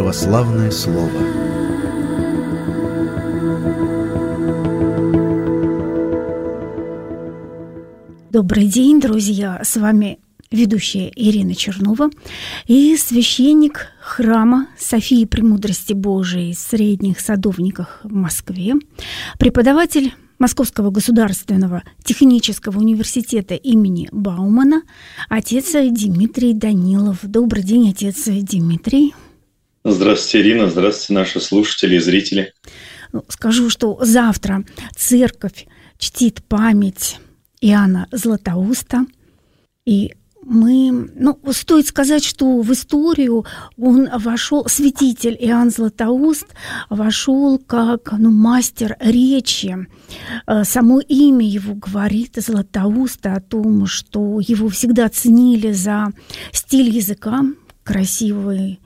Православное слово. Добрый день, друзья! С вами ведущая Ирина Чернова и священник храма Софии Премудрости Божией в Средних Садовниках в Москве, преподаватель Московского государственного технического университета имени Баумана, отец Дмитрий Данилов. Добрый день, отец Дмитрий. Здравствуйте, Ирина, здравствуйте, наши слушатели и зрители. Скажу, что завтра церковь чтит память Иоанна Златоуста, и стоит сказать, что в историю он вошел, святитель Иоанн Златоуст вошел как мастер речи. Само имя его говорит, Златоуста, о том, что его всегда ценили за стиль языка, красивый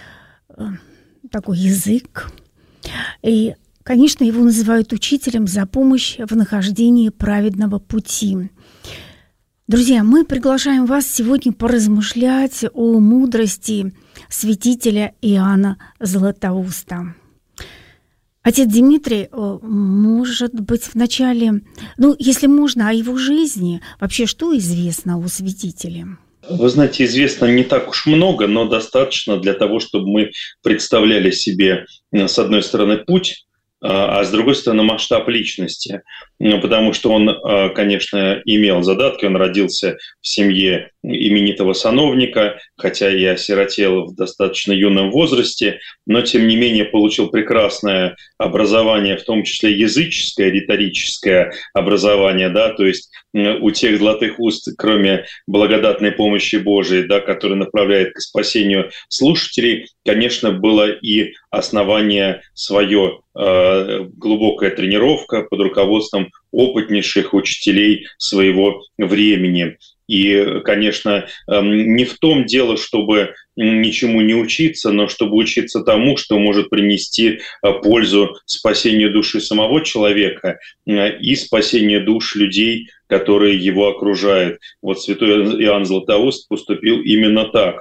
такой язык. И, конечно, его называют учителем за помощь в нахождении праведного пути. Друзья, мы приглашаем вас сегодня поразмышлять о мудрости святителя Иоанна Златоуста. Отец Дмитрий, может быть, вначале, если можно, о его жизни, вообще что известно о святителе? Вы знаете, известно не так уж много, но достаточно для того, чтобы мы представляли себе, с одной стороны, путь, а с другой стороны, масштаб личности. Потому что он, конечно, имел задатки, он родился в семье именитого сановника, хотя и осиротел в достаточно юном возрасте, но, тем не менее, получил прекрасное образование, в том числе языческое, риторическое образование, да, то есть у тех золотых уст, кроме благодатной помощи Божией, да, которая направляет к спасению слушателей, конечно, было и основание свое, глубокая тренировка под руководством опытнейших учителей своего времени. И, конечно, не в том дело, чтобы ничему не учиться, но чтобы учиться тому, что может принести пользу спасению души самого человека и спасению душ людей, которые его окружают. Вот святой Иоанн Златоуст поступил именно так.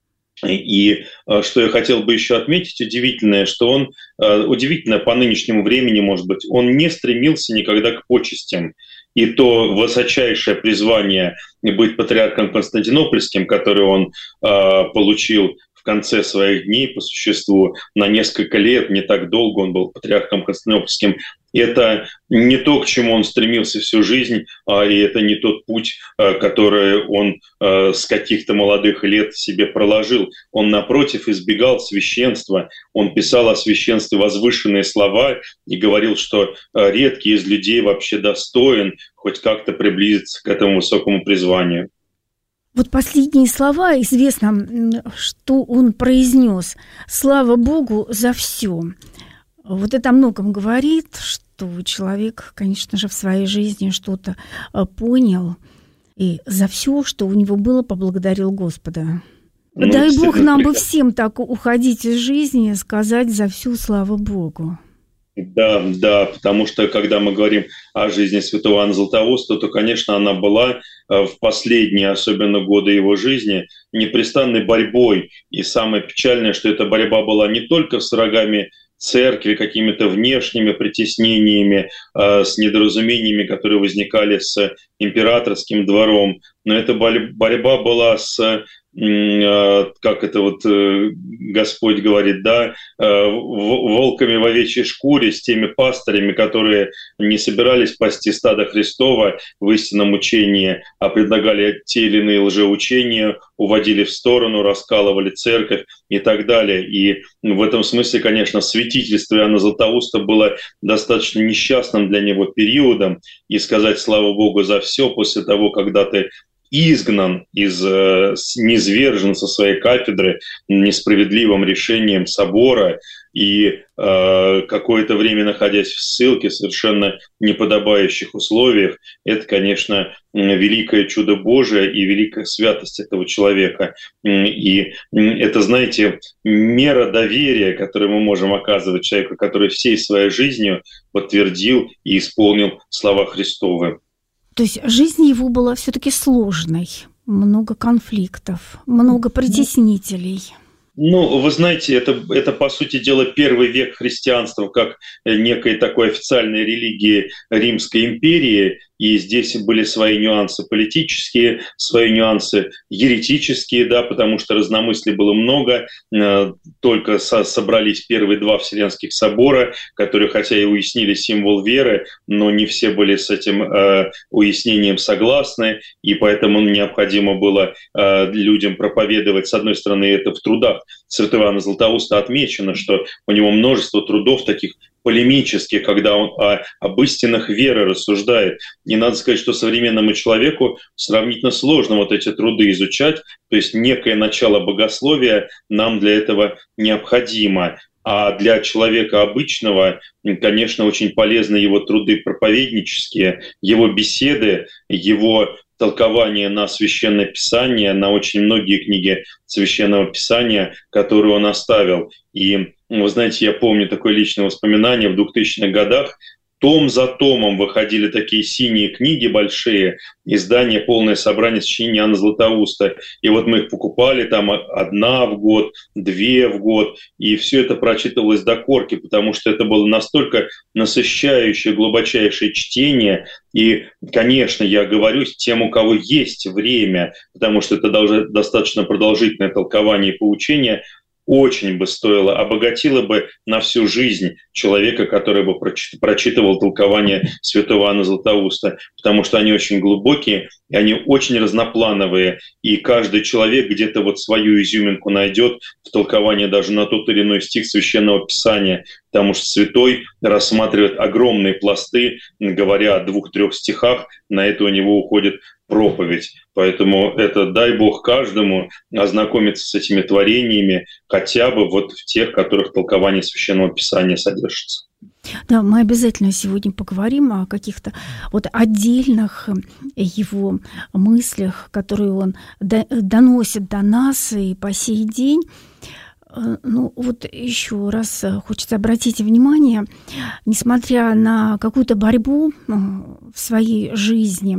И что я хотел бы еще отметить, удивительное, что он, удивительно по нынешнему времени, может быть, он не стремился никогда к почестям. И то высочайшее призвание быть патриархом Константинопольским, которое он получил в конце своих дней по существу на несколько лет, не так долго он был патриархом Константинопольским, это не то, к чему он стремился всю жизнь, и это не тот путь, который он с каких-то молодых лет себе проложил. Он, напротив, избегал священства, он писал о священстве возвышенные слова и говорил, что редкий из людей вообще достоин хоть как-то приблизиться к этому высокому призванию. Вот последние слова, известно, что он произнес: «Слава Богу за все». Вот это о многом говорит, что человек, конечно же, в своей жизни что-то понял и за все, что у него было, поблагодарил Господа. Дай Бог нам бы всем так уходить из жизни, сказать за всю слава Богу. Да, потому что, когда мы говорим о жизни святого Иоанна Златоуста, то, конечно, она была в последние, особенно годы его жизни, непрестанной борьбой. И самое печальное, что эта борьба была не только с врагами церкви, какими-то внешними притеснениями, с недоразумениями, которые возникали с императорским двором, но эта борьба была с, как это вот Господь говорит, да, волками в овечьей шкуре, с теми пастырями, которые не собирались пасти стадо Христова в истинном учении, а предлагали те или иные лжеучения, уводили в сторону, раскалывали церковь и так далее. И в этом смысле, конечно, святительство Иоанна Златоуста было достаточно несчастным для него периодом. И сказать слава Богу за все после того, когда ты изгнан, низвержен со своей кафедры несправедливым решением собора и какое-то время находясь в ссылке в совершенно неподобающих условиях, это, конечно, великое чудо Божие и великая святость этого человека. И это, знаете, мера доверия, которую мы можем оказывать человеку, который всей своей жизнью подтвердил и исполнил слова Христовы. То есть жизнь его была все-таки сложной, много конфликтов, много притеснителей. Ну, вы знаете, это по сути дела первый век христианства как некой такой официальной религии Римской империи, и здесь были свои нюансы политические, свои нюансы еретические, да, потому что разномыслий было много, только собрались первые два Вселенских собора, которые хотя и уяснили символ веры, но не все были с этим уяснением согласны, и поэтому необходимо было людям проповедовать, с одной стороны, это в трудах святого Иоанна Златоуста отмечено, что у него множество трудов таких полемических, когда он об истинах веры рассуждает. И надо сказать, что современному человеку сравнительно сложно вот эти труды изучать, то есть некое начало богословия нам для этого необходимо. А для человека обычного, конечно, очень полезны его труды проповеднические, его беседы, его толкование на Священное Писание, на очень многие книги Священного Писания, которые он оставил. И, вы знаете, я помню такое личное воспоминание в 2000-х годах. Том за томом выходили такие синие книги большие, издание, полное собрание сочинений Иоанна Златоуста. И вот мы их покупали, там одна в год, две в год, и все это прочитывалось до корки, потому что это было настолько насыщающее, глубочайшее чтение. И, конечно, я говорю тем, у кого есть время, потому что это достаточно продолжительное толкование и поучение, очень бы стоило, обогатило бы на всю жизнь человека, который бы прочитывал толкование святого Иоанна Златоуста, потому что они очень глубокие, и они очень разноплановые, и каждый человек где-то вот свою изюминку найдет в толковании даже на тот или иной стих Священного Писания, потому что святой рассматривает огромные пласты, говоря о 2-3 стихах, на это у него уходит проповедь. Поэтому это дай Бог каждому ознакомиться с этими творениями, хотя бы вот в тех, в которых толкование Священного Писания содержится. Да, мы обязательно сегодня поговорим о каких-то вот отдельных его мыслях, которые он доносит до нас и по сей день. Ну, вот еще раз хочется обратить внимание, несмотря на какую-то борьбу в своей жизни,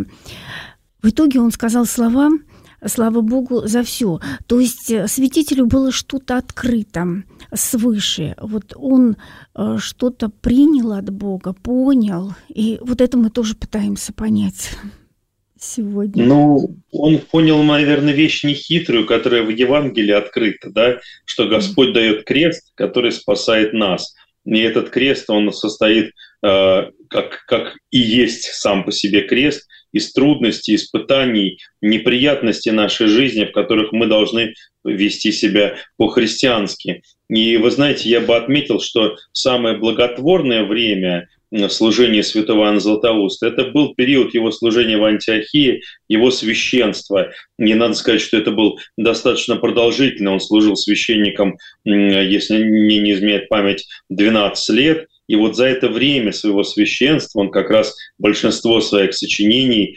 в итоге он сказал слова «Слава Богу за все». То есть святителю было что-то открыто свыше. Вот он что-то принял от Бога, понял. И вот это мы тоже пытаемся понять сегодня. Ну, он понял, наверное, вещь нехитрую, которая в Евангелии открыта, да, что Господь дает крест, который спасает нас. И этот крест, он состоит, как и есть сам по себе крест, из трудностей, испытаний, неприятностей нашей жизни, в которых мы должны вести себя по-христиански. И вы знаете, я бы отметил, что самое благотворное время служения святого Иоанна Златоуста — это был период его служения в Антиохии, его священства. И надо сказать, что это был достаточно продолжительно. Он служил священником, если мне не изменяет память, 12 лет. И вот за это время своего священства он как раз большинство своих сочинений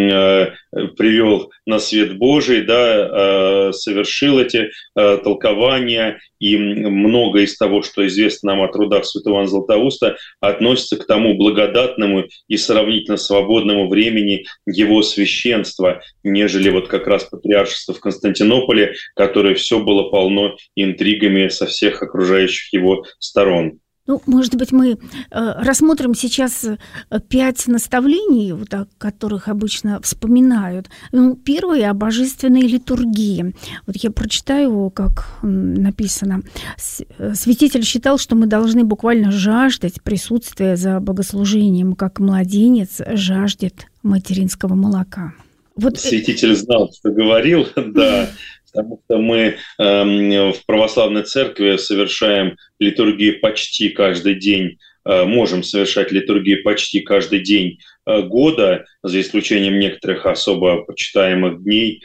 привел на свет Божий, да, совершил эти толкования, и многое из того, что известно нам о трудах святого Иоанна Златоуста, относится к тому благодатному и сравнительно свободному времени его священства, нежели вот как раз патриаршество в Константинополе, которое все было полно интригами со всех окружающих его сторон. Ну, может быть, мы рассмотрим сейчас 5 наставлений, вот, о которых обычно вспоминают. Ну, первое — о божественной литургии. Вот я прочитаю, как написано. Святитель считал, что мы должны буквально жаждать присутствия за богослужением, как младенец жаждет материнского молока. Вот... Святитель знал, что говорил, да. Потому что мы в православной церкви совершаем литургию почти каждый день, можем совершать литургию почти каждый день года, за исключением некоторых особо почитаемых дней.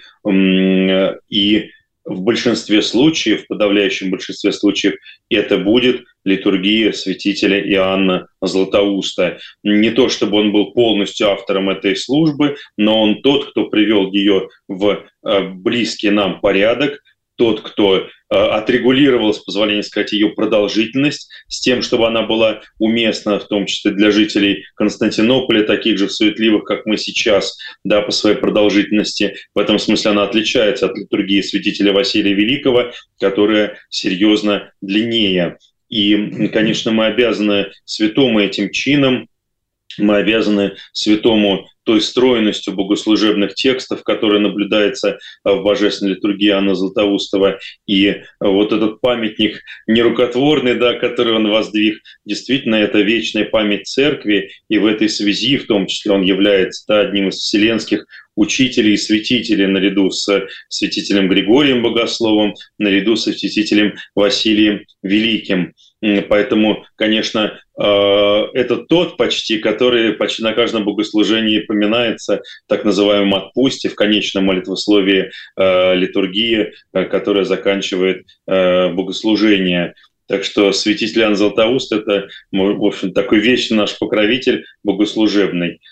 И в большинстве случаев, в подавляющем большинстве случаев, это будет литургия святителя Иоанна Златоуста. Не то чтобы он был полностью автором этой службы, но он тот, кто привел ее в близкий нам порядок, тот, кто отрегулировал, с позволения сказать, ее продолжительность, с тем, чтобы она была уместна, в том числе для жителей Константинополя, таких же суетливых, как мы сейчас, да, по своей продолжительности. В этом смысле она отличается от литургии святителя Василия Великого, которая серьезно длиннее. И, конечно, мы обязаны святому этим чинам, мы обязаны святому той стройностью богослужебных текстов, которая наблюдается в божественной литургии Иоанна Златоустова. И вот этот памятник нерукотворный, да, который он воздвиг, действительно, это вечная память Церкви. И в этой связи, в том числе, он является, да, одним из вселенских учителей и святителей, наряду с святителем Григорием Богословом, наряду с святителем Василием Великим. Поэтому, конечно, это тот почти, который почти на каждом богослужении поминается, так называемом отпусте, в конечном молитвословии литургии, которая заканчивает богослужение. Так что святитель Иоанн Златоуст – это, в общем, такой вечный наш покровитель богослужебный.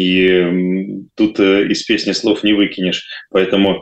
И тут из песни слов не выкинешь. Поэтому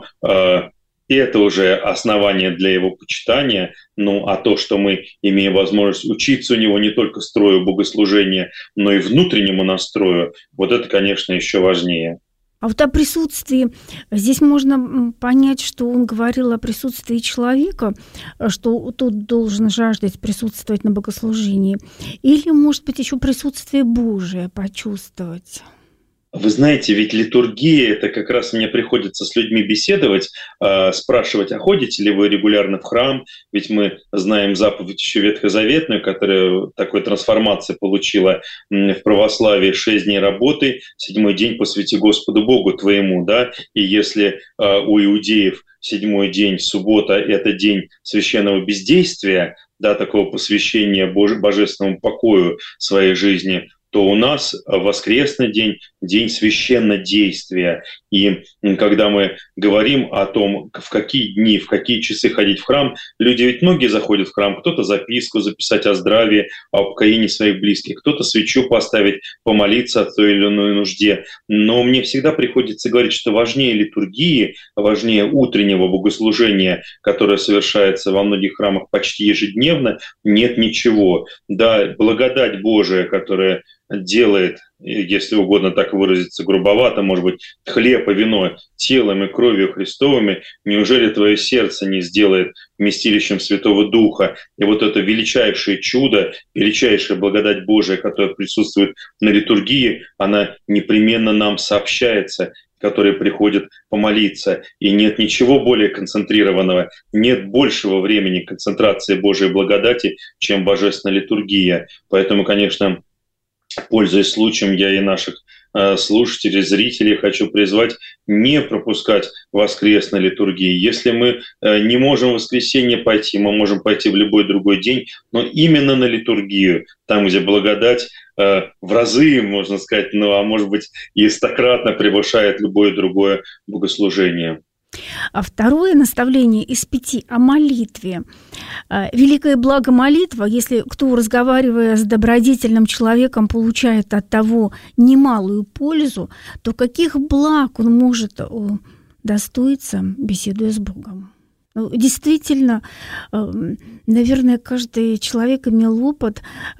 это уже основание для его почитания. Ну, а то, что мы имеем возможность учиться у него не только строю богослужения, но и внутреннему настрою, вот это, конечно, еще важнее. А вот о присутствии, здесь можно понять, что он говорил о присутствии человека, что тот должен жаждать присутствовать на богослужении, или, может быть, еще присутствие Божие почувствовать? Вы знаете, ведь литургия, это как раз мне приходится с людьми беседовать, спрашивать, а ходите ли вы регулярно в храм? Ведь мы знаем заповедь еще ветхозаветную, которая такой трансформации получила в православии: 6 дней работы, 7-й день посвяти Господу Богу твоему. Да? И если у иудеев 7-й день, суббота, это день священного бездействия, да, такого посвящения божественному покою своей жизни, то у нас воскресный день – день священнодействия. И когда мы говорим о том, в какие дни, в какие часы ходить в храм, люди ведь многие заходят в храм, кто-то записку записать о здравии, о упокоении своих близких, кто-то свечу поставить, помолиться о той или иной нужде. Но мне всегда приходится говорить, что важнее литургии, важнее утреннего богослужения, которое совершается во многих храмах почти ежедневно, нет ничего. Да, благодать Божия, которая делает, если угодно так выразиться грубовато, может быть, хлеб и вино телом и кровью Христовыми, неужели твое сердце не сделает вместилищем Святого Духа? И вот это величайшее чудо, величайшая благодать Божия, которая присутствует на литургии, она непременно нам сообщается, которые приходят помолиться. И нет ничего более концентрированного, нет большего времени концентрации Божией благодати, чем божественная литургия. Поэтому, конечно, пользуясь случаем, я и наших слушателей, зрителей хочу призвать не пропускать воскресной литургии. Если мы не можем в воскресенье пойти, мы можем пойти в любой другой день, но именно на литургию, там, где благодать в разы, можно сказать, ну, а может быть и стократно превышает любое другое богослужение. А второе наставление из 5 о молитве. Великое благо молитва, если кто, разговаривая с добродетельным человеком, получает от того немалую пользу, то каких благ он может достоиться, беседуя с Богом? Действительно, наверное, каждый человек имел опыт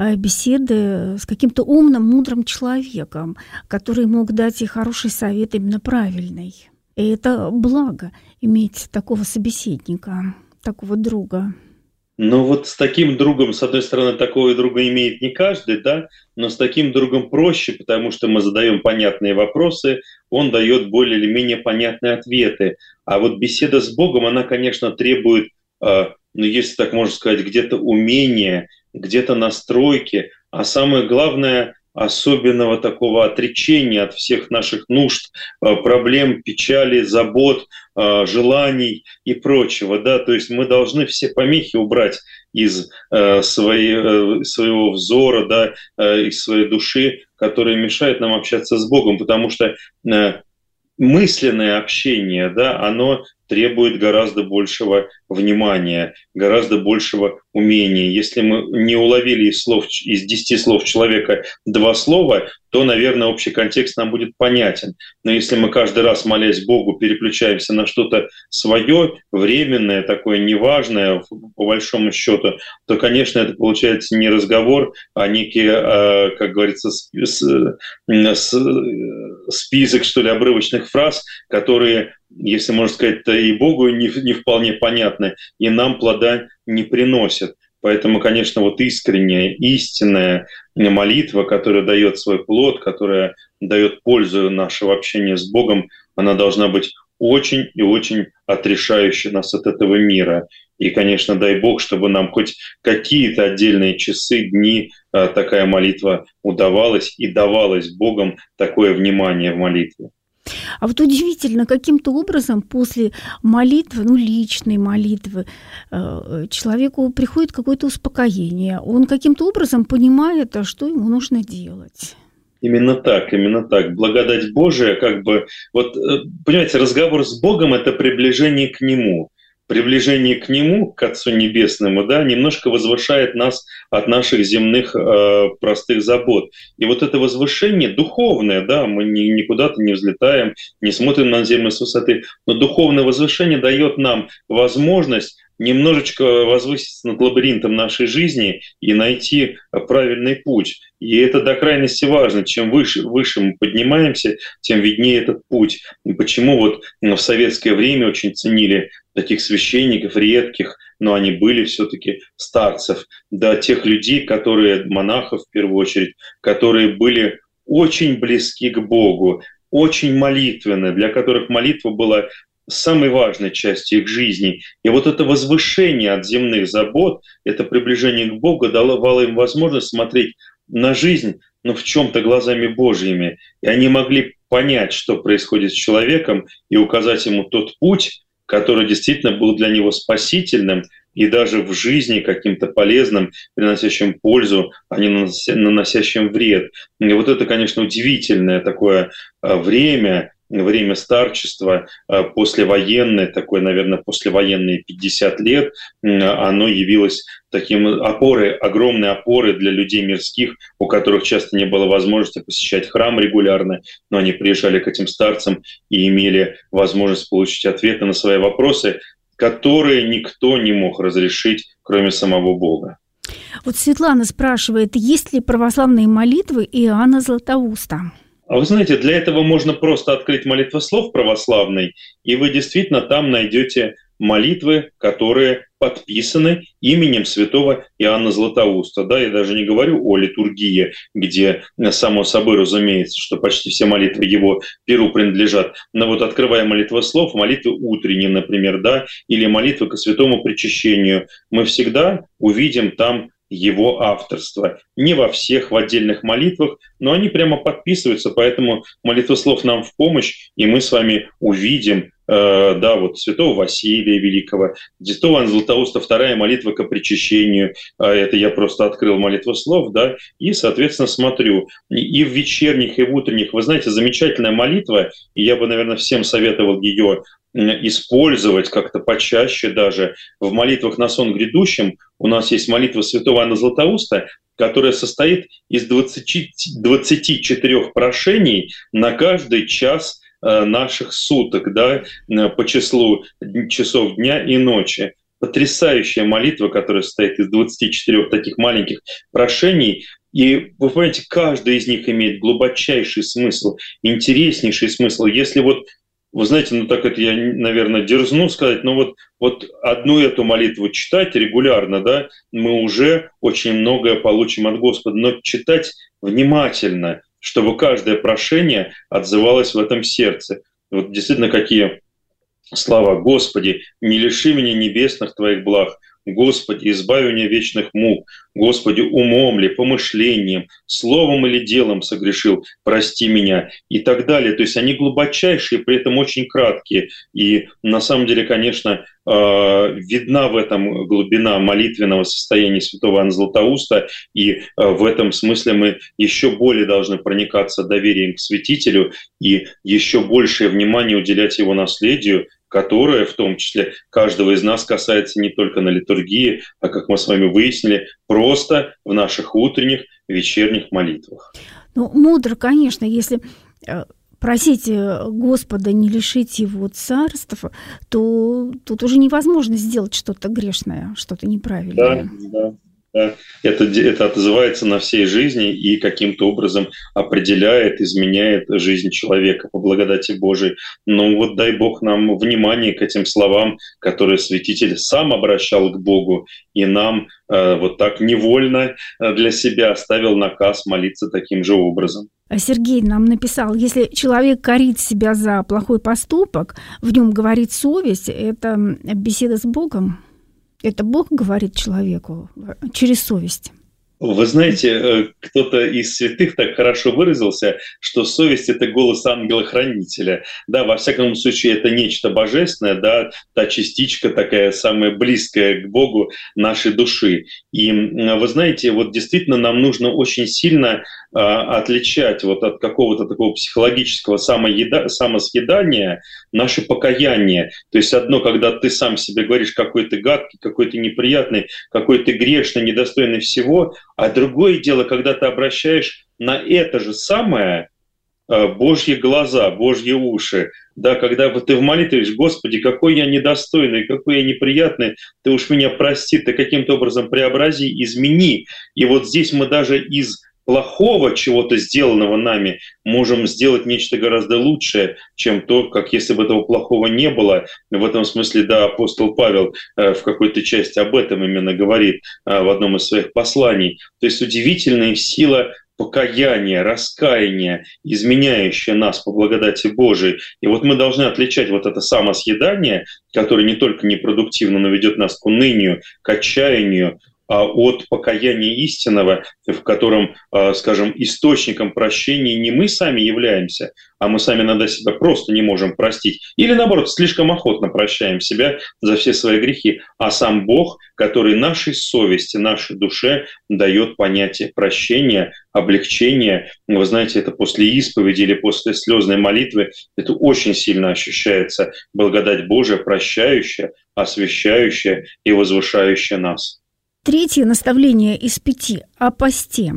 беседы с каким-то умным, мудрым человеком, который мог дать и хороший совет, именно правильный. И это благо иметь такого собеседника, такого друга. Ну вот с таким другом, с одной стороны, такого друга имеет не каждый, да, но с таким другом проще, потому что мы задаем понятные вопросы, он дает более или менее понятные ответы. А вот беседа с Богом, она, конечно, требует, ну если так можно сказать, где-то умения, где-то настройки, а самое главное – особенного такого отречения от всех наших нужд, проблем, печали, забот, желаний и прочего. Да? То есть мы должны все помехи убрать из своего взора, да, из своей души, которые мешают нам общаться с Богом, потому что мысленное общение, да, оно требует гораздо большего внимания, гораздо большего умения. Если мы не уловили из 10 слов человека 2 слова, то, наверное, общий контекст нам будет понятен. Но если мы каждый раз, молясь Богу, переключаемся на что-то свое, временное, такое неважное, по большому счету, то, конечно, это получается не разговор, а некий, как говорится, список, что ли, обрывочных фраз, которые, если можно сказать, и Богу не вполне понятны, и нам плода не приносят. Поэтому, конечно, вот искренняя, истинная молитва, которая дает свой плод, которая дает пользу нашего общения с Богом, она должна быть очень и очень отрешающей нас от этого мира. И, конечно, дай Бог, чтобы нам хоть какие-то отдельные часы, дни такая молитва удавалась и давалась Богом такое внимание в молитве. А вот удивительно, каким-то образом после молитвы, личной молитвы, человеку приходит какое-то успокоение. Он каким-то образом понимает, что ему нужно делать. Именно так, именно так. Благодать Божия, понимаете, разговор с Богом – это приближение к Нему. Приближение к Нему, к Отцу Небесному, немножко возвышает нас от наших земных простых забот. И вот это возвышение духовное, мы не куда-то не взлетаем, не смотрим на землю с высоты, но духовное возвышение дает нам возможность немножечко возвыситься над лабиринтом нашей жизни и найти правильный путь. И это до крайности важно. Чем выше мы поднимаемся, тем виднее этот путь. И почему в советское время очень ценили таких священников редких, но они были все-таки старцев, тех людей, монахов в первую очередь, которые были очень близки к Богу, очень молитвенны, для которых молитва была самой важной частью их жизни. И вот это возвышение от земных забот, это приближение к Богу давало им возможность смотреть на жизнь, в чем-то глазами Божьими. И они могли понять, что происходит с человеком, и указать ему тот путь, который действительно был для него спасительным и даже в жизни каким-то полезным, приносящим пользу, а не наносящим вред. И вот это, конечно, удивительное такое время старчества, послевоенное, такое, наверное, послевоенные 50 лет, оно явилось таким огромной опорой для людей мирских, у которых часто не было возможности посещать храм регулярно, но они приезжали к этим старцам и имели возможность получить ответы на свои вопросы, которые никто не мог разрешить, кроме самого Бога. Вот Светлана спрашивает, есть ли православные молитвы Иоанна Златоуста? А вы знаете, для этого можно просто открыть молитвослов православный, и вы действительно там найдете молитвы, которые подписаны именем святого Иоанна Златоуста. Я даже не говорю о литургии, где, само собой разумеется, что почти все молитвы его перу принадлежат. Но открывая молитвослов, молитвы утренние, например, или молитвы ко святому причащению, мы всегда увидим там его авторство. Не во всех, в отдельных молитвах, но они прямо подписываются, поэтому молитвослов нам в помощь, и мы с вами увидим святого Василия Великого, святого Иоанна Златоуста, вторая молитва ко причащению. Это я просто открыл молитвослов, и, соответственно, смотрю. И в вечерних, и в утренних, вы знаете, замечательная молитва, и я бы, наверное, всем советовал ее использовать как-то почаще даже. В молитвах на сон грядущем у нас есть молитва святого Иоанна Златоуста, которая состоит из 24 прошений на каждый час наших суток, по числу часов дня и ночи. Потрясающая молитва, которая состоит из 24 таких маленьких прошений. И вы понимаете, каждый из них имеет глубочайший смысл, интереснейший смысл. Если вы знаете, так это я, наверное, дерзну сказать, но одну эту молитву читать регулярно, мы уже очень многое получим от Господа. Но читать внимательно, чтобы каждое прошение отзывалось в этом сердце. Действительно, какие слова: «Господи, не лиши меня небесных Твоих благ, Господи, избави меня вечных мук, Господи, умом ли, помышлением, словом или делом согрешил, прости меня», и так далее. То есть они глубочайшие, при этом очень краткие. И на самом деле, конечно, видна в этом глубина молитвенного состояния святого Иоанна Златоуста, и в этом смысле мы еще более должны проникаться доверием к святителю и еще большее внимание уделять его наследию, которое в том числе каждого из нас касается не только на литургии, а, как мы с вами выяснили, просто в наших утренних, вечерних молитвах. Ну, мудро, конечно, если просить Господа не лишить его царства, то тут уже невозможно сделать что-то грешное, что-то неправильное. Да. Это отзывается на всей жизни и каким-то образом определяет, изменяет жизнь человека по благодати Божией. Ну вот дай Бог нам внимание к этим словам, которые святитель сам обращал к Богу, и нам вот так невольно для себя оставил наказ молиться таким же образом. Сергей нам написал, если человек корит себя за плохой поступок, в нем говорит совесть, это беседа с Богом? Это Бог говорит человеку через совесть? Вы знаете, кто-то из святых так хорошо выразился, что совесть – это голос ангела-хранителя. Да, во всяком случае, это нечто божественное, да, та частичка такая самая близкая к Богу нашей души. И вы знаете, вот действительно нам нужно очень сильно отличать вот от какого-то такого психологического самосъедания наше покаяние. То есть одно, когда ты сам себе говоришь, какой ты гадкий, какой ты неприятный, какой ты грешный, недостойный всего, а другое дело, когда ты обращаешь на это же самое Божьи глаза, Божьи уши, да, когда ты в молитве говоришь: Господи, какой я недостойный, какой я неприятный, ты уж меня прости, ты каким-то образом преобрази, измени. И вот здесь мы даже из плохого чего-то, сделанного нами, можем сделать нечто гораздо лучшее, чем то, как если бы этого плохого не было. В этом смысле, да, апостол Павел в какой-то части об этом именно говорит в одном из своих посланий. То есть удивительная сила покаяния, раскаяния, изменяющее нас по благодати Божией. И вот мы должны отличать вот это самосъедание, которое не только непродуктивно, но ведет нас к унынию, к отчаянию, от покаяния истинного, в котором, скажем, источником прощения не мы сами являемся, а мы сами иногда себя просто не можем простить. Или, наоборот, слишком охотно прощаем себя за все свои грехи, а сам Бог, который нашей совести, нашей душе дает понятие прощения, облегчения. Вы знаете, это после исповеди или после слезной молитвы, это очень сильно ощущается благодать Божия, прощающая, освящающая и возвышающая нас. Третье наставление из 5 о посте.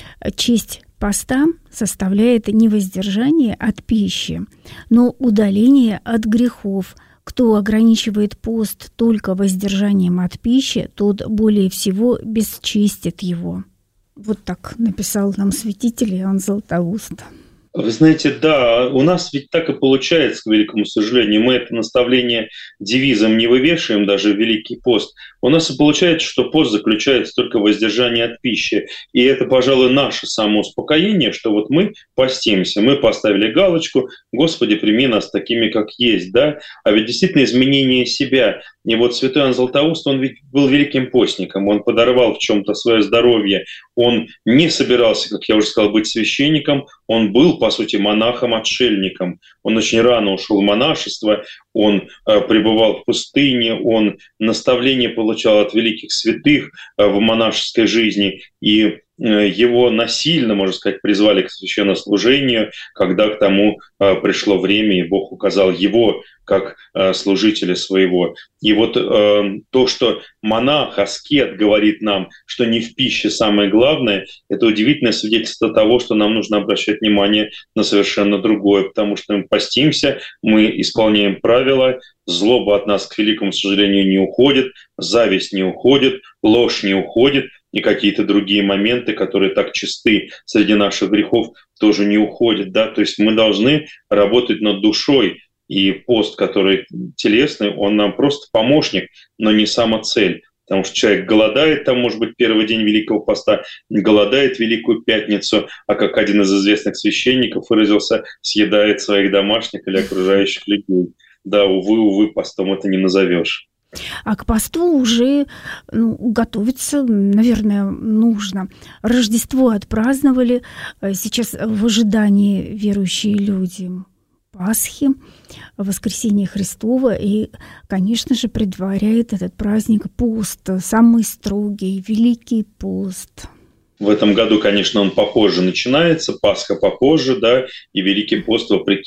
Честь поста составляет не воздержание от пищи, но удаление от грехов. Кто ограничивает пост только воздержанием от пищи, тот более всего бесчестит его. Вот так написал нам святитель Иоанн Златоуст. Вы знаете, да, у нас ведь так и получается, к великому сожалению. Мы это наставление девизом не вывешиваем, даже в Великий пост. У нас и получается, что пост заключается только в воздержании от пищи. И это, пожалуй, наше самоуспокоение, что вот мы постимся, мы поставили галочку: Господи, прими нас такими, как есть, да? А ведь действительно изменение себя. И вот святой Иоанн Златоуст, он ведь был великим постником, он подорвал в чем-то свое здоровье, он не собирался, как я уже сказал, быть священником, он был, по сути, монахом-отшельником. Он очень рано ушел в монашество, он пребывал в пустыне, он наставление получал от великих святых в монашеской жизни, и его насильно, можно сказать, призвали к священнослужению, когда к тому пришло время, и Бог указал его как служителя своего. И вот то, что монах, аскет говорит нам, что не в пище самое главное, это удивительное свидетельство того, что нам нужно обращать внимание на совершенно другое, потому что мы постимся, мы исполняем правила, злоба от нас, к великому сожалению, не уходит, зависть не уходит, ложь не уходит, и какие-то другие моменты, которые так чисты среди наших грехов, тоже не уходят. Да? То есть мы должны работать над душой, и пост, который телесный, он нам просто помощник, но не сама цель. Потому что человек голодает, там, может быть, первый день Великого поста, голодает Великую Пятницу, а как один из известных священников выразился, съедает своих домашних или окружающих людей. Да, увы, постом это не назовешь. А к посту уже готовиться, наверное, нужно. Рождество отпраздновали, сейчас в ожидании верующие люди Пасхи, Воскресения Христова, и, конечно же, предваряет этот праздник пост, самый строгий, Великий пост. В этом году, конечно, он попозже начинается, Пасха попозже, да, и Великий пост, вопреки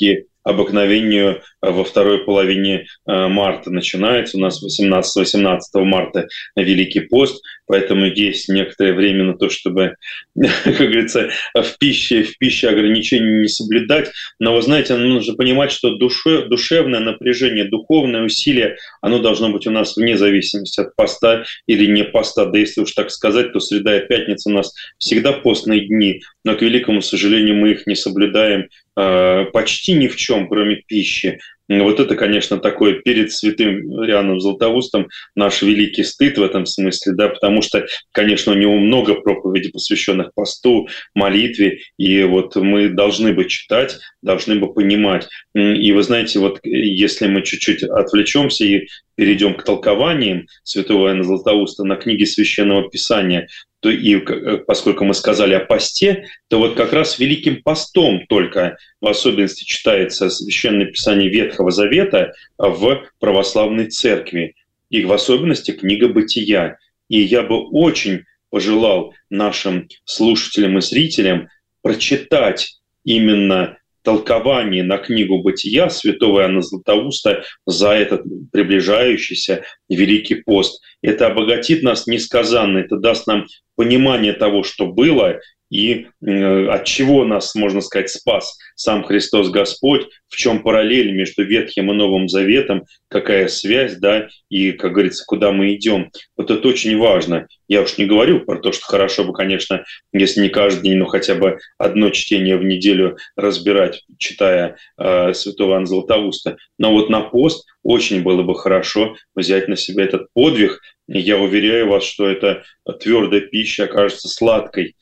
обыкновению во второй половине марта начинается. У нас 18 марта Великий пост, поэтому есть некоторое время на то, чтобы, как говорится, в пище ограничений не соблюдать. Но вы знаете, нужно понимать, что душевное напряжение, духовное усилие, оно должно быть у нас вне зависимости от поста или не поста. Да если уж так сказать, то среда и пятница у нас всегда постные дни, но, к великому сожалению, мы их не соблюдаем почти ни в чем, кроме пищи. Вот это, конечно, такой перед святым Иоанном Златоустом наш великий стыд в этом смысле, да, потому что, конечно, у него много проповедей, посвященных посту, молитве, и вот мы должны бы читать, должны бы понимать. И вы знаете, вот если мы чуть-чуть отвлечемся и перейдем к толкованиям святого Иоанна Златоуста на книги Священного Писания, то и поскольку мы сказали о посте, то вот как раз Великим постом только в особенности читается Священное Писание Ветхого Завета в православной церкви, и в особенности книга Бытия. И я бы очень пожелал нашим слушателям и зрителям прочитать именно толкование на книгу Бытия святого Иоанна Златоуста за этот приближающийся Великий пост. Это обогатит нас несказанно, это даст нам понимание того, что было, и от чего нас, можно сказать, спас сам Христос Господь, в чем параллель между Ветхим и Новым Заветом, какая связь, да, и, как говорится, куда мы идем. Вот это очень важно. Я уж не говорю про то, что хорошо бы, конечно, если не каждый день, но хотя бы одно чтение в неделю разбирать, читая святого Иоанна Златоуста. Но вот на пост очень было бы хорошо взять на себя этот подвиг. Я уверяю вас, что эта твердая пища окажется сладкой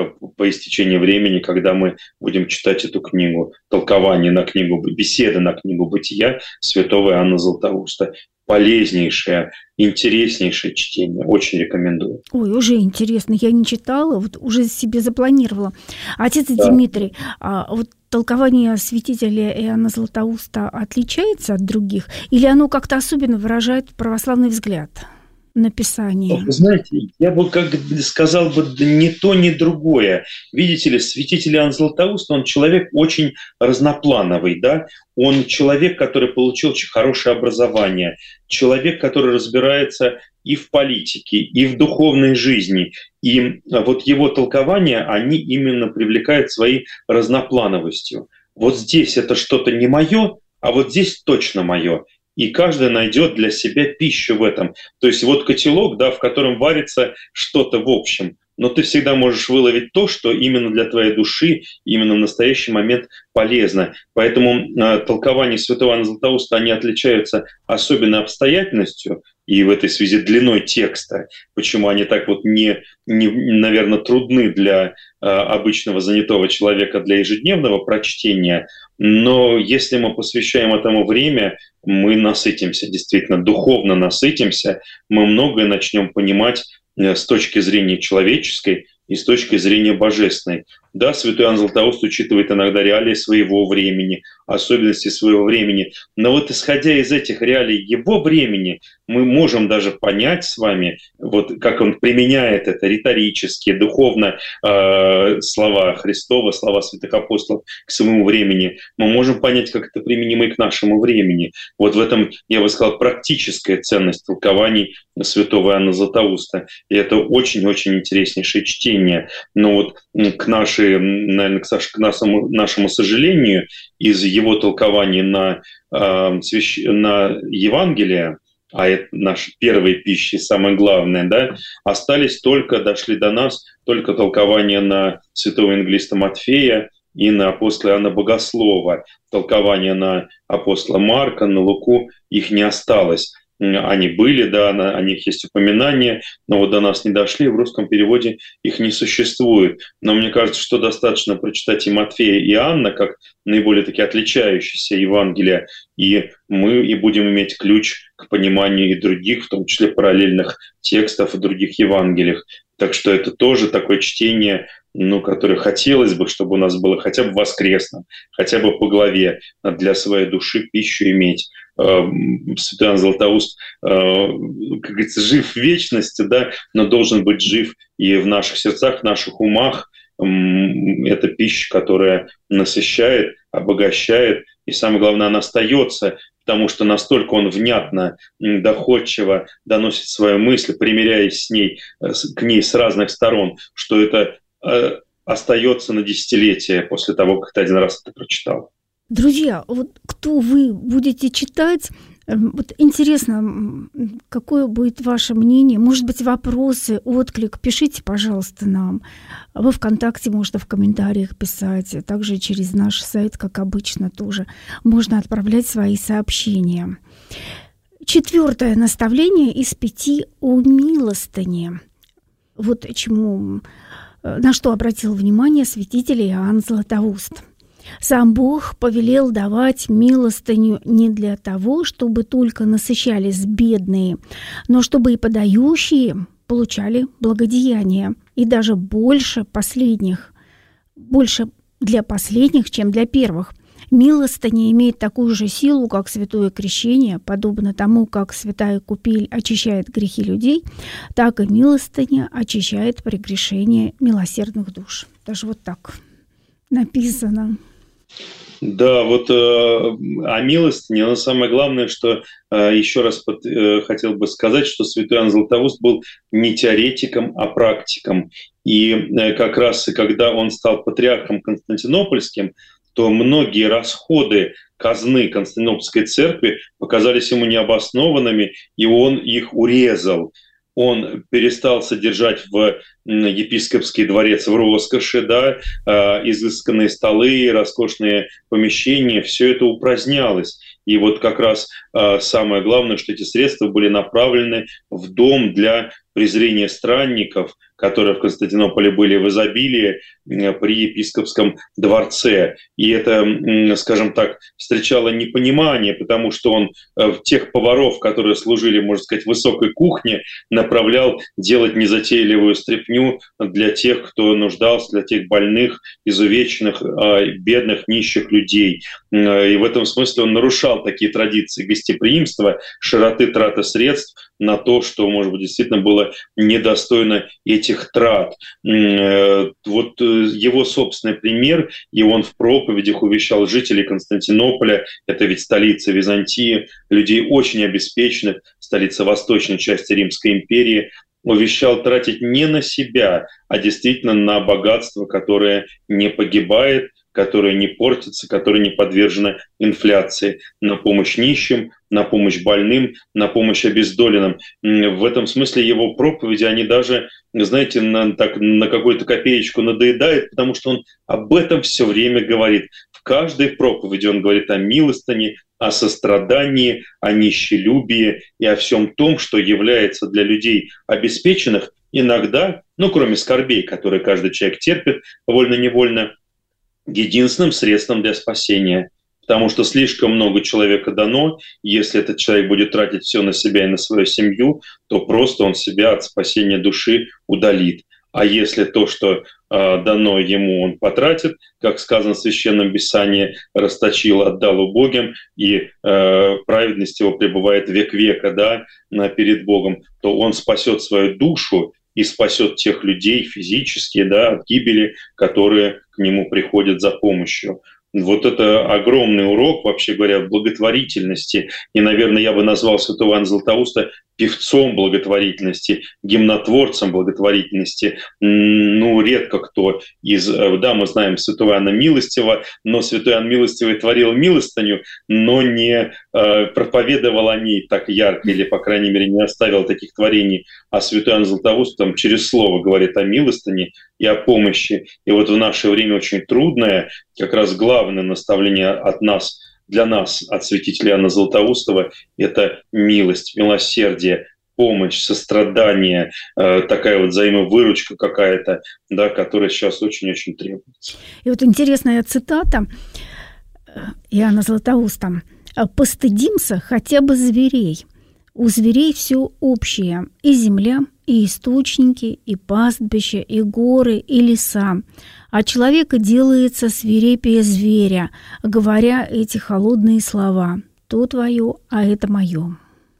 по истечении времени, когда мы будем читать эту книгу, толкование на книгу, беседы на книгу Бытия святого Иоанна Златоуста. Полезнейшее, интереснейшее чтение. Очень рекомендую. Ой, уже интересно. Я не читала, вот уже себе запланировала. Отец Дмитрий, вот толкование святителя Иоанна Златоуста отличается от других? Или оно как-то особенно выражает православный взгляд на Писание? Вы знаете, я бы сказал бы ни то, ни другое. Видите ли, святитель Иоанн Златоуст, он человек очень разноплановый, да? Он человек, который получил очень хорошее образование, человек, который разбирается и в политике, и в духовной жизни. И вот его толкования, они именно привлекают своей разноплановостью. Вот здесь это что-то не мое, а вот здесь точно мое. И каждый найдет для себя пищу в этом. То есть вот котелок, да, в котором варится что-то в общем, но ты всегда можешь выловить то, что именно для твоей души, именно в настоящий момент полезно. Поэтому толкования святого Иоанна Златоуста, они отличаются особенно обстоятельностью и в этой связи длиной текста. Почему они так вот наверное, трудны для обычного занятого человека для ежедневного прочтения. Но если мы посвящаем этому время, мы насытимся, действительно, духовно насытимся, мы многое начнем понимать с точки зрения человеческой и с точки зрения божественной. Да, святой Иоанн Златоуст учитывает иногда реалии своего времени, особенности своего времени. Но вот исходя из этих реалий его времени, мы можем даже понять с вами, вот как он применяет это риторически, духовно слова Христова, слова святых апостолов к своему времени. Мы можем понять, как это применимо и к нашему времени. Вот в этом, я бы сказал, практическая ценность толкований святого Иоанна Златоуста. И это очень-очень интереснейшее чтение. Но вот к нашему сожалению, из его толкований на Евангелие, а это наши первые пищи, самое главное, да, дошли до нас только толкования на святого евангелиста Матфея и на апостола Иоанна Богослова. Толкования на апостола Марка, на Луку, их не осталось. Они были, да, о них есть упоминания, но вот до нас не дошли, в русском переводе их не существует. Но мне кажется, что достаточно прочитать и Матфея, и Иоанна, как наиболее такие отличающиеся Евангелия, и мы и будем иметь ключ к пониманию и других, в том числе параллельных текстов в других Евангелиях. Так что это тоже такое чтение, которое хотелось бы, чтобы у нас было хотя бы воскресным, хотя бы по главе для своей души пищу иметь. Святой Иоанн Златоуст, как говорится, жив в вечности, да, но должен быть жив и в наших сердцах, в наших умах. Это пища, которая насыщает, обогащает и самое главное, она остается, потому что настолько он внятно, доходчиво доносит свою мысль, примиряясь к ней с разных сторон, что это остается на десятилетия после того, как ты один раз это прочитал. Друзья, вот кто вы будете читать, вот интересно, какое будет ваше мнение, может быть, вопросы, отклик, пишите, пожалуйста, нам. Во ВКонтакте можно в комментариях писать, также через наш сайт, как обычно, тоже можно отправлять свои сообщения. 4 наставление из 5 о милостыне. Вот на что обратил внимание святитель Иоанн Златоуст. Сам Бог повелел давать милостыню не для того, чтобы только насыщались бедные, но чтобы и подающие получали благодеяние, и даже больше для последних, чем для первых. Милостыня имеет такую же силу, как святое крещение, подобно тому, как святая купель очищает грехи людей, так и милостыня очищает прегрешения милосердных душ. Даже вот так написано. Да, вот о милостыне, но самое главное, что еще раз хотел бы сказать, что святой Иоанн Златоуст был не теоретиком, а практиком. И как раз когда он стал патриархом константинопольским, то многие расходы казны Константинопольской церкви показались ему необоснованными, и он их урезал. Он перестал содержать в епископский дворец в роскоши, изысканные столы, роскошные помещения, все это упразднялось. И вот как раз самое главное, что эти средства были направлены в дом для презрения странников, которые в Константинополе были в изобилии при епископском дворце. И это, скажем так, встречало непонимание, потому что он тех поваров, которые служили, можно сказать, в высокой кухне, направлял делать незатейливую стряпню для тех, кто нуждался, для тех больных, изувеченных, бедных, нищих людей. И в этом смысле он нарушал такие традиции гостеприимства, широты траты средств на то, что, может быть, действительно было недостойно этих трат. Вот его собственный пример, и он в проповедях увещал жителей Константинополя, это ведь столица Византии, людей очень обеспеченных, столица восточной части Римской империи, увещал тратить не на себя, а действительно на богатство, которое не погибает, которое не портится, которое не подвержено инфляции, на помощь нищим, на помощь больным, на помощь обездоленным. В этом смысле его проповеди, они даже, знаете, на какую-то копеечку надоедают, потому что он об этом все время говорит. В каждой проповеди он говорит о милостыне, о сострадании, о нищелюбии и о всем том, что является для людей обеспеченных иногда, кроме скорбей, которые каждый человек терпит вольно-невольно, единственным средством для спасения. Потому что слишком много человека дано, если этот человек будет тратить все на себя и на свою семью, то просто он себя от спасения души удалит. А если то, что дано ему, он потратит, как сказано в Священном Писании, расточил, отдал убогим, и праведность его пребывает век века, перед Богом, то он спасет свою душу и спасет тех людей физически, от гибели, которые к нему приходят за помощью. Вот это огромный урок, вообще говоря, в благотворительности. И, наверное, я бы назвал святого Иоанна Златоуста певцом благотворительности, гимнотворцем благотворительности. Редко кто мы знаем святого Иоанна Милостивого, но святой Иоанн Милостивый творил милостыню, но не проповедовал о ней так ярко, или, по крайней мере, не оставил таких творений. А святой Иоанн Златоуст через слово говорит о милостыне и о помощи. И вот в наше время очень трудное, как раз главное наставление для нас, от святителя Иоанна Златоустова, это милость, милосердие, помощь, сострадание, такая вот взаимовыручка какая-то, которая сейчас очень-очень требуется. И вот интересная цитата Иоанна Златоуста. «Постыдимся хотя бы зверей. У зверей все общее, и земля, и источники, и пастбища, и горы, и леса. А человека делается свирепее зверя, говоря эти холодные слова: то твое, а это мое».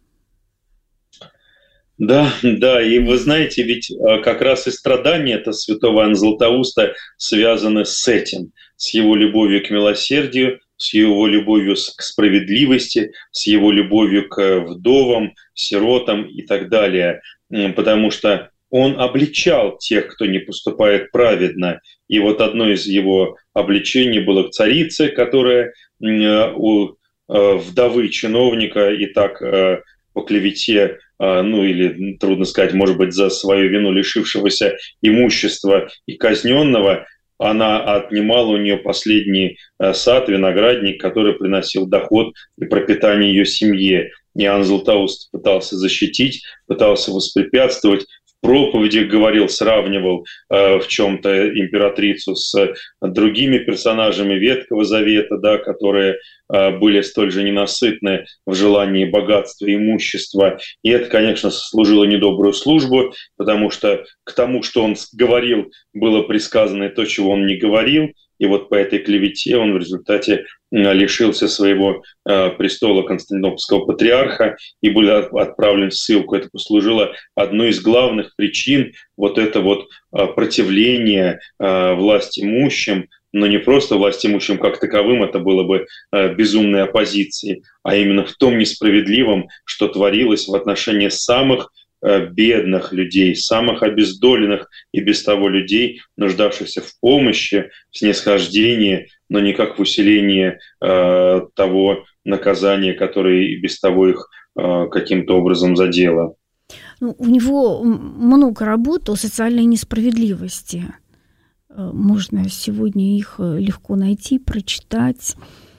Да, и вы знаете, ведь как раз и страдания это святого Иоанна Златоуста связаны с этим, с его любовью к милосердию, с его любовью к справедливости, с его любовью к вдовам, сиротам и так далее. Потому что он обличал тех, кто не поступает праведно. И вот одно из его обличений было к царице, которая у вдовы чиновника и так по клевете, ну или, трудно сказать, может быть, за свою вину лишившегося имущества и казненного, она отнимала у нее последний сад, виноградник, который приносил доход и пропитание ее семье. Иоанн Златоуст пытался защитить, пытался воспрепятствовать, в проповедях говорил, сравнивал в чем-то императрицу с другими персонажами Ветхого Завета, да, которые были столь же ненасытны в желании богатства и имущества. И это, конечно, служило недобрую службу, потому что к тому, что он говорил, было присказано и то, чего он не говорил. И вот по этой клевете он в результате лишился своего престола константинопольского патриарха и был отправлен в ссылку. Это послужило одной из главных причин вот это вот противление власть имущим, но не просто власть имущим как таковым, это было бы безумной оппозицией, а именно в том несправедливом, что творилось в отношении самых бедных людей, самых обездоленных и без того людей, нуждавшихся в помощи, в снисхождении, но никак в усилении того наказания, которое и без того их каким-то образом задело. Ну, у него много работ о социальной несправедливости. Можно сегодня их легко найти, прочитать.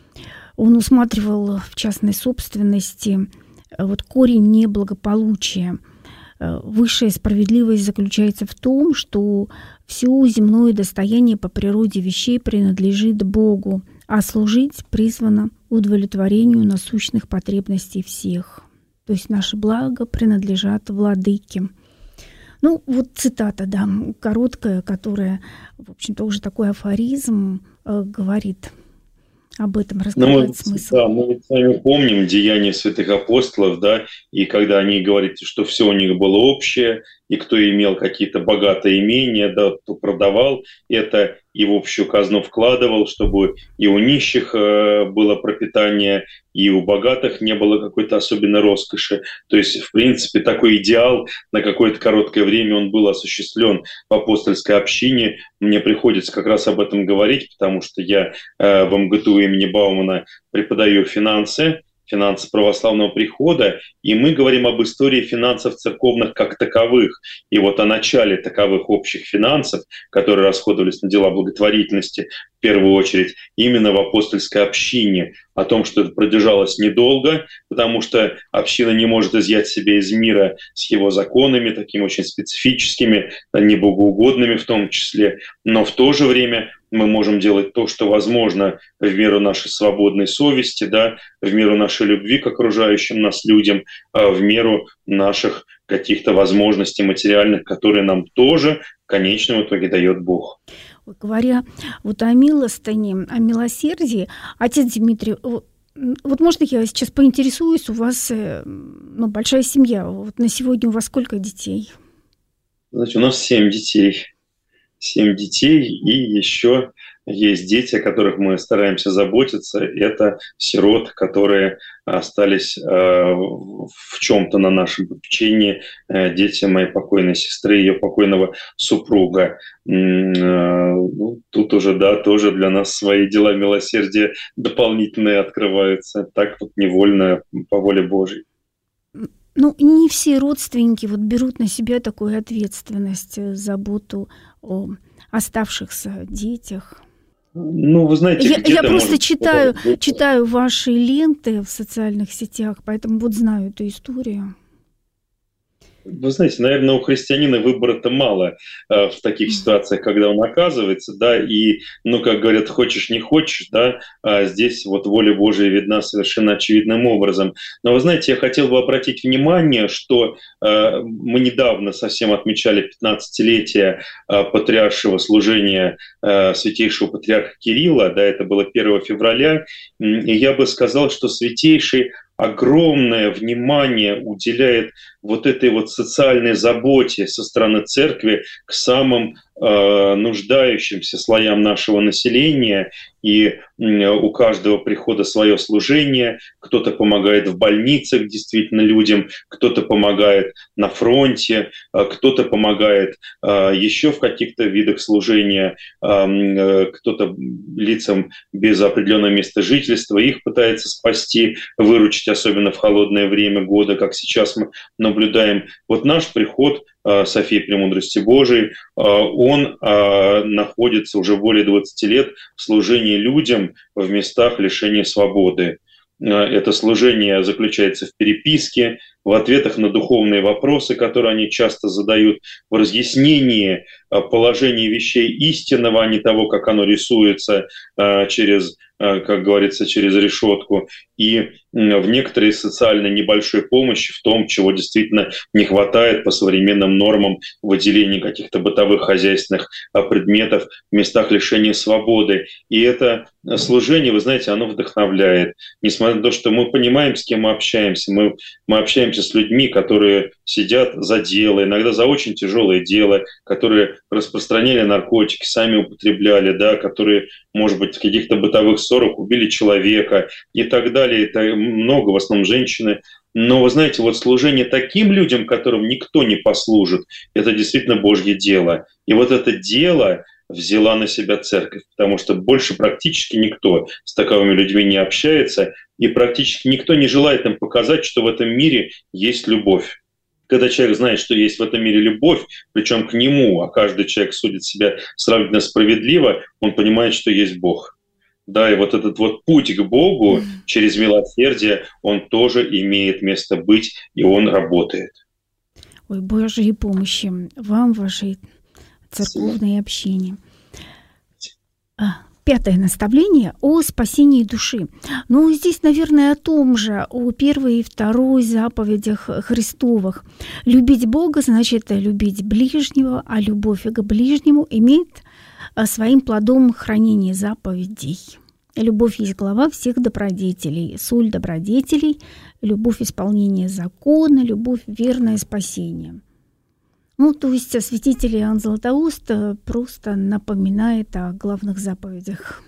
Он усматривал в частной собственности вот корень неблагополучия. Высшая справедливость заключается в том, что все земное достояние по природе вещей принадлежит Богу, а служить призвано удовлетворению насущных потребностей всех. То есть наши блага принадлежат владыке. Ну, вот цитата, да, короткая, которая, в общем-то, уже такой афоризм говорит об этом, раскрывает смысл. Да, мы с вами помним деяния святых апостолов, да, и когда они говорят, что все у них было общее, и кто имел какие-то богатые имения, да, кто продавал это и в общую казну вкладывал, чтобы и у нищих было пропитание, и у богатых не было какой-то особенной роскоши. То есть, в принципе, такой идеал на какое-то короткое время он был осуществлен в апостольской общине. Мне приходится как раз об этом говорить, потому что я в МГТУ имени Баумана преподаю финансы православного прихода, и мы говорим об истории финансов церковных как таковых. И вот о начале таковых общих финансов, которые расходовались на дела благотворительности, в первую очередь, именно в апостольской общине, о том, что это продержалось недолго, потому что община не может изъять себя из мира с его законами, такими очень специфическими, небогоугодными в том числе, но в то же время мы можем делать то, что возможно в меру нашей свободной совести, да, в меру нашей любви к окружающим нас людям, в меру наших каких-то возможностей материальных, которые нам тоже в конечном итоге дает Бог. Говоря вот о милостыне, о милосердии, отец Дмитрий, вот можно я сейчас поинтересуюсь, у вас большая семья, вот на сегодня у вас сколько детей? Значит, у нас 7 детей. 7 детей, и еще есть дети, о которых мы стараемся заботиться. Это сирот, которые остались в чем-то на нашем попечении, дети моей покойной сестры, ее покойного супруга. Тут уже, да, тоже для нас свои дела милосердия дополнительные открываются. Так вот невольно, по воле Божьей. Ну, не все родственники вот берут на себя такую ответственность, заботу о оставшихся детях. Ну, вы знаете, я просто читаю ваши ленты в социальных сетях, поэтому вот знаю эту историю. Вы знаете, наверное, у христианина выбора-то мало в таких ситуациях, когда он оказывается, да, и, как говорят, хочешь, не хочешь, да, здесь вот воля Божия видна совершенно очевидным образом. Но вы знаете, я хотел бы обратить внимание, что мы недавно совсем отмечали 15-летие патриаршего служения святейшего патриарха Кирилла, да, это было 1 февраля, и я бы сказал, что святейший огромное внимание уделяет вот этой вот социальной заботе со стороны церкви к самым нуждающимся слоям нашего населения, и у каждого прихода свое служение. Кто-то помогает в больницах действительно людям, кто-то помогает на фронте, кто-то помогает еще в каких-то видах служения, кто-то лицам без определенного места жительства, их пытается спасти, выручить, особенно в холодное время года, как сейчас мы наблюдаем. Вот наш приход Софии Премудрости Божией, он находится уже более 20 лет в служении людям в местах лишения свободы. Это служение заключается в переписке, в ответах на духовные вопросы, которые они часто задают, в разъяснении положения вещей истинного, а не того, как оно рисуется через, как говорится, через решетку, и в некоторой социальной небольшой помощи в том, чего действительно не хватает по современным нормам выделения каких-то бытовых хозяйственных предметов в местах лишения свободы. И это служение, вы знаете, оно вдохновляет. Несмотря на то, что мы понимаем, с кем мы общаемся, мы общаемся с людьми, которые сидят за дело, иногда за очень тяжелое дело, которые распространяли наркотики, сами употребляли, да, которые, может быть, в каких-то бытовых ссорах убили человека и так далее. Это много, в основном женщины. Но, вы знаете, вот служение таким людям, которым никто не послужит, это действительно Божье дело. И вот это дело взяла на себя церковь, потому что больше практически никто с таковыми людьми не общается, и практически никто не желает им показать, что в этом мире есть любовь. Когда человек знает, что есть в этом мире любовь, причем к нему, а каждый человек судит себя сравнительно справедливо, он понимает, что есть Бог. Да, и вот этот вот путь к Богу через милосердие, он тоже имеет место быть, и он работает. Ой, Божьей помощи вам, ваше церковное общение. 5 наставление о спасении души. Ну, здесь, наверное, о том же, о первой и второй заповедях Христовых. Любить Бога значит любить ближнего, а любовь к ближнему имеет своим плодом хранение заповедей. Любовь есть глава всех добродетелей, соль добродетелей, любовь исполнения закона, любовь верное спасение. Ну, то есть святитель Иоанн Златоуст просто напоминает о главных заповедях.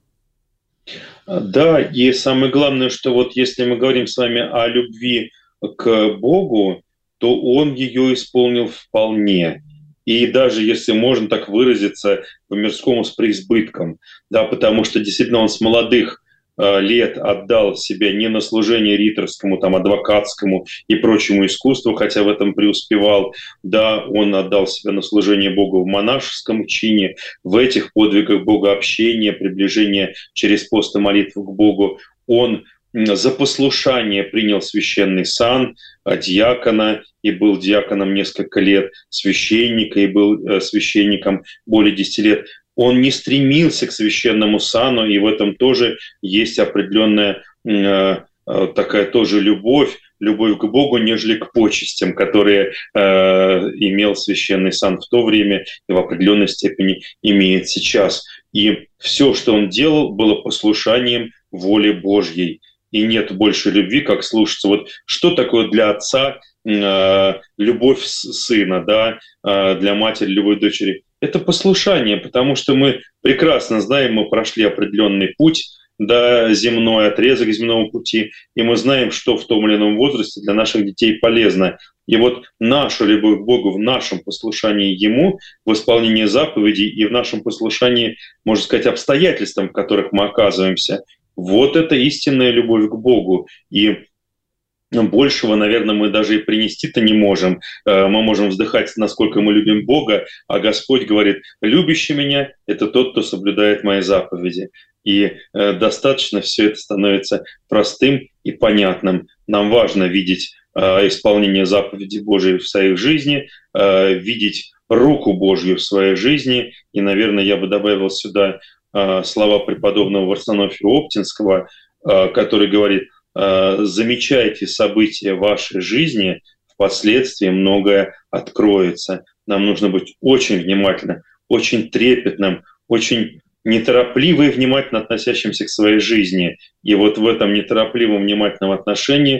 Да, и самое главное, что вот если мы говорим с вами о любви к Богу, то Он ее исполнил вполне. И даже, если можно так выразиться, по-мирскому с преизбытком, да, потому что действительно Он с молодых лет отдал себя не на служение риторскому, там, адвокатскому и прочему искусству, хотя в этом преуспевал, да, он отдал себя на служение Богу в монашеском чине, в этих подвигах богообщения, приближения через пост и молитву к Богу. Он за послушание принял священный сан диакона и был диаконом несколько лет, священника и был священником более 10 лет. Он не стремился к священному сану, и в этом тоже есть определенная такая тоже любовь к Богу, нежели к почестям, которые имел священный сан в то время и в определенной степени имеет сейчас. И все, что он делал, было послушанием воле Божьей. И нет больше любви, как слушаться. Вот что такое для отца любовь сына, да, для матери, любовь дочери? Это послушание, потому что мы прекрасно знаем, мы прошли определенный путь, да, земной отрезок земного пути, и мы знаем, что в том или ином возрасте для наших детей полезно. И вот наша любовь к Богу в нашем послушании Ему, в исполнении заповедей и в нашем послушании, можно сказать, обстоятельствам, в которых мы оказываемся, вот это истинная любовь к Богу. И большего, наверное, мы даже и принести-то не можем. Мы можем вздыхать, насколько мы любим Бога, а Господь говорит: любящий меня — это тот, кто соблюдает мои заповеди. И достаточно все это становится простым и понятным. Нам важно видеть исполнение заповедей Божьей в своей жизни, видеть руку Божью в своей жизни. И, наверное, я бы добавил сюда слова преподобного Варсонофия Оптинского, который говорит: замечайте события вашей жизни, впоследствии многое откроется. Нам нужно быть очень внимательным, очень трепетным, очень неторопливо и внимательно относящимся к своей жизни. И вот в этом неторопливом, внимательном отношении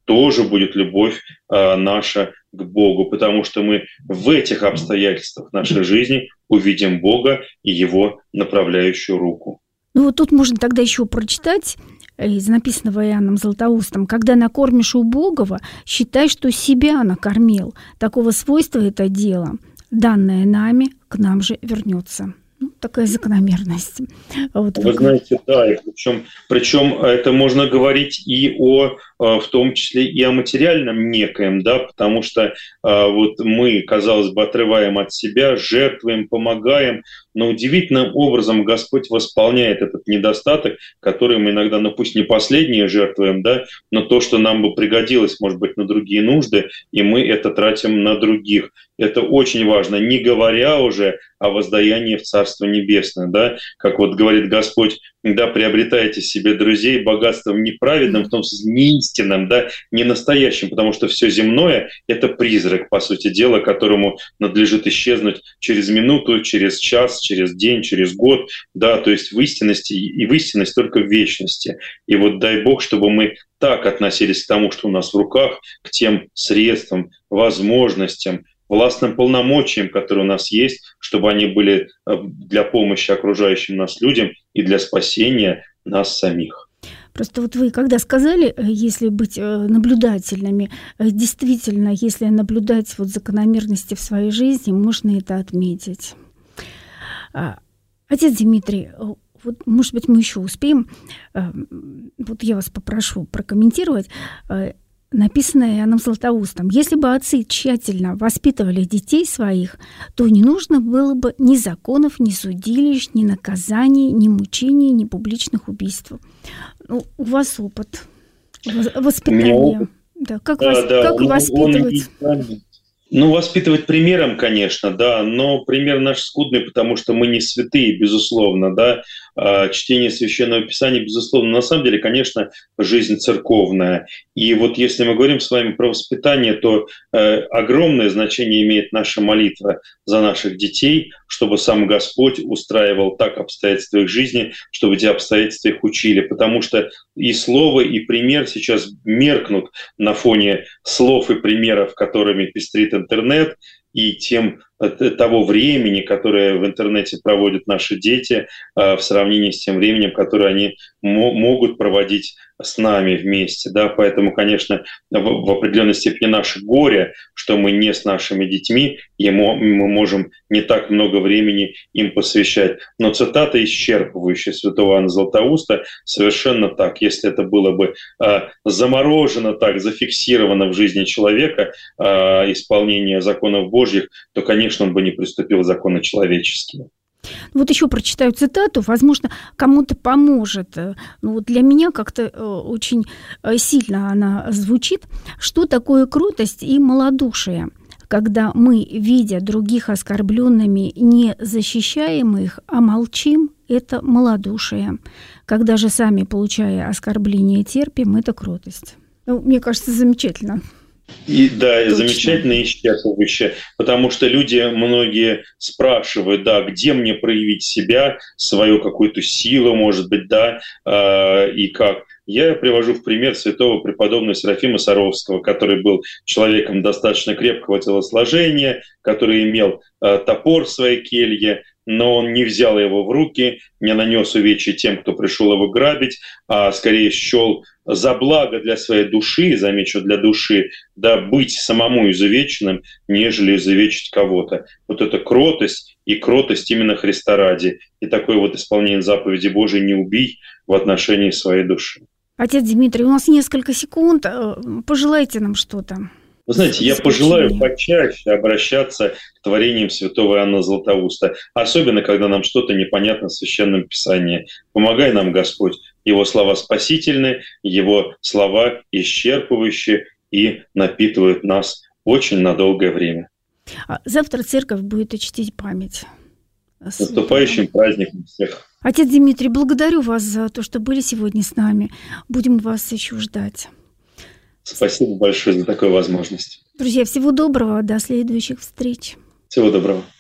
тоже будет любовь наша к Богу, потому что мы в этих обстоятельствах нашей жизни увидим Бога и Его направляющую руку. Ну вот тут можно тогда еще прочитать из написанного Иоанном Златоустом: «Когда накормишь убогого, считай, что себя накормил. Такого свойства это дело, данное нами, к нам же вернется». Ну, такая закономерность. Вот. Вы знаете, да, и причем это можно говорить и в том числе и о материальном некоем, да, потому что вот мы, казалось бы, отрываем от себя, жертвуем, помогаем, но удивительным образом Господь восполняет этот недостаток, который мы иногда, ну пусть не последние жертвуем, да, но то, что нам бы пригодилось, может быть, на другие нужды, и мы это тратим на других. Это очень важно, не говоря уже о воздаянии в Царство Небесное, да, как вот говорит Господь, да, приобретайте себе друзей богатством неправедным, в том смысле не истинным, да, не настоящим, потому что все земное — это призрак, по сути дела, которому надлежит исчезнуть через минуту, через час, через день, через год, да, то есть в истинности, и в истинность только в вечности. И вот дай Бог, чтобы мы так относились к тому, что у нас в руках, к тем средствам, возможностям, властным полномочиям, которые у нас есть, чтобы они были для помощи окружающим нас людям и для спасения нас самих. Просто вот вы когда сказали, если быть наблюдательными, действительно, если наблюдать вот закономерности в своей жизни, можно это отметить. Отец Дмитрий, вот, может быть, мы еще успеем, вот я вас попрошу прокомментировать написанное Иоанном Златоустом: «Если бы отцы тщательно воспитывали детей своих, то не нужно было бы ни законов, ни судилищ, ни наказаний, ни мучений, ни публичных убийств». Ну, у вас опыт воспитания. Да, как воспитывать? Воспитывать примером, конечно, да, но пример наш скудный, потому что мы не святые, безусловно, да. Чтение Священного Писания, безусловно, на самом деле, конечно, жизнь церковная. И вот если мы говорим с вами про воспитание, то огромное значение имеет наша молитва за наших детей, чтобы сам Господь устраивал так обстоятельства их жизни, чтобы эти обстоятельства их учили. Потому что и слово, и пример сейчас меркнут на фоне слов и примеров, которыми пестрит интернет, и того времени, которое в интернете проводят наши дети, в сравнении с тем временем, которое они могут проводить с нами вместе. Да? Поэтому, конечно, в определенной степени наше горе, что мы не с нашими детьми, и мы можем не так много времени им посвящать. Но цитата исчерпывающая святого Иоанна Златоуста совершенно так. Если это было бы заморожено так, зафиксировано в жизни человека, исполнение законов Божьих, то, конечно, он бы не приступил к закону человеческим. Вот еще прочитаю цитату, возможно, кому-то поможет. Ну, вот для меня как-то очень сильно она звучит. «Что такое кротость и малодушие? Когда мы, видя других оскорбленными, не защищаем их, а молчим, это малодушие. Когда же сами, получая оскорбление, терпим, это кротость». Ну, мне кажется, замечательно. И да, замечательно и исчерпывающе, потому что люди многие спрашивают, да, где мне проявить себя, свою какую-то силу, может быть, да, и как. Я привожу в пример святого преподобного Серафима Саровского, который был человеком достаточно крепкого телосложения, который имел топор в своей келье, но он не взял его в руки, не нанес увечья тем, кто пришел его грабить, а скорее счел за благо для своей души, замечу, для души, да, быть самому изувеченным, нежели изувечить кого-то. Вот это кротость, и кротость именно Христа ради. И такое вот исполнение заповеди Божией «не убий» в отношении своей души. Отец Дмитрий, у нас несколько секунд. Пожелайте нам что-то. Вы знаете, я пожелаю почаще обращаться к творениям святого Иоанна Златоуста, особенно когда нам что-то непонятно в Священном Писании. Помогай нам, Господь. Его слова спасительны, Его слова исчерпывающие и напитывают нас очень на долгое время. Завтра церковь будет чтить память. С наступающим праздником всех. Отец Дмитрий, благодарю вас за то, что были сегодня с нами. Будем вас еще ждать. Спасибо большое за такую возможность. Друзья, всего доброго, до следующих встреч. Всего доброго.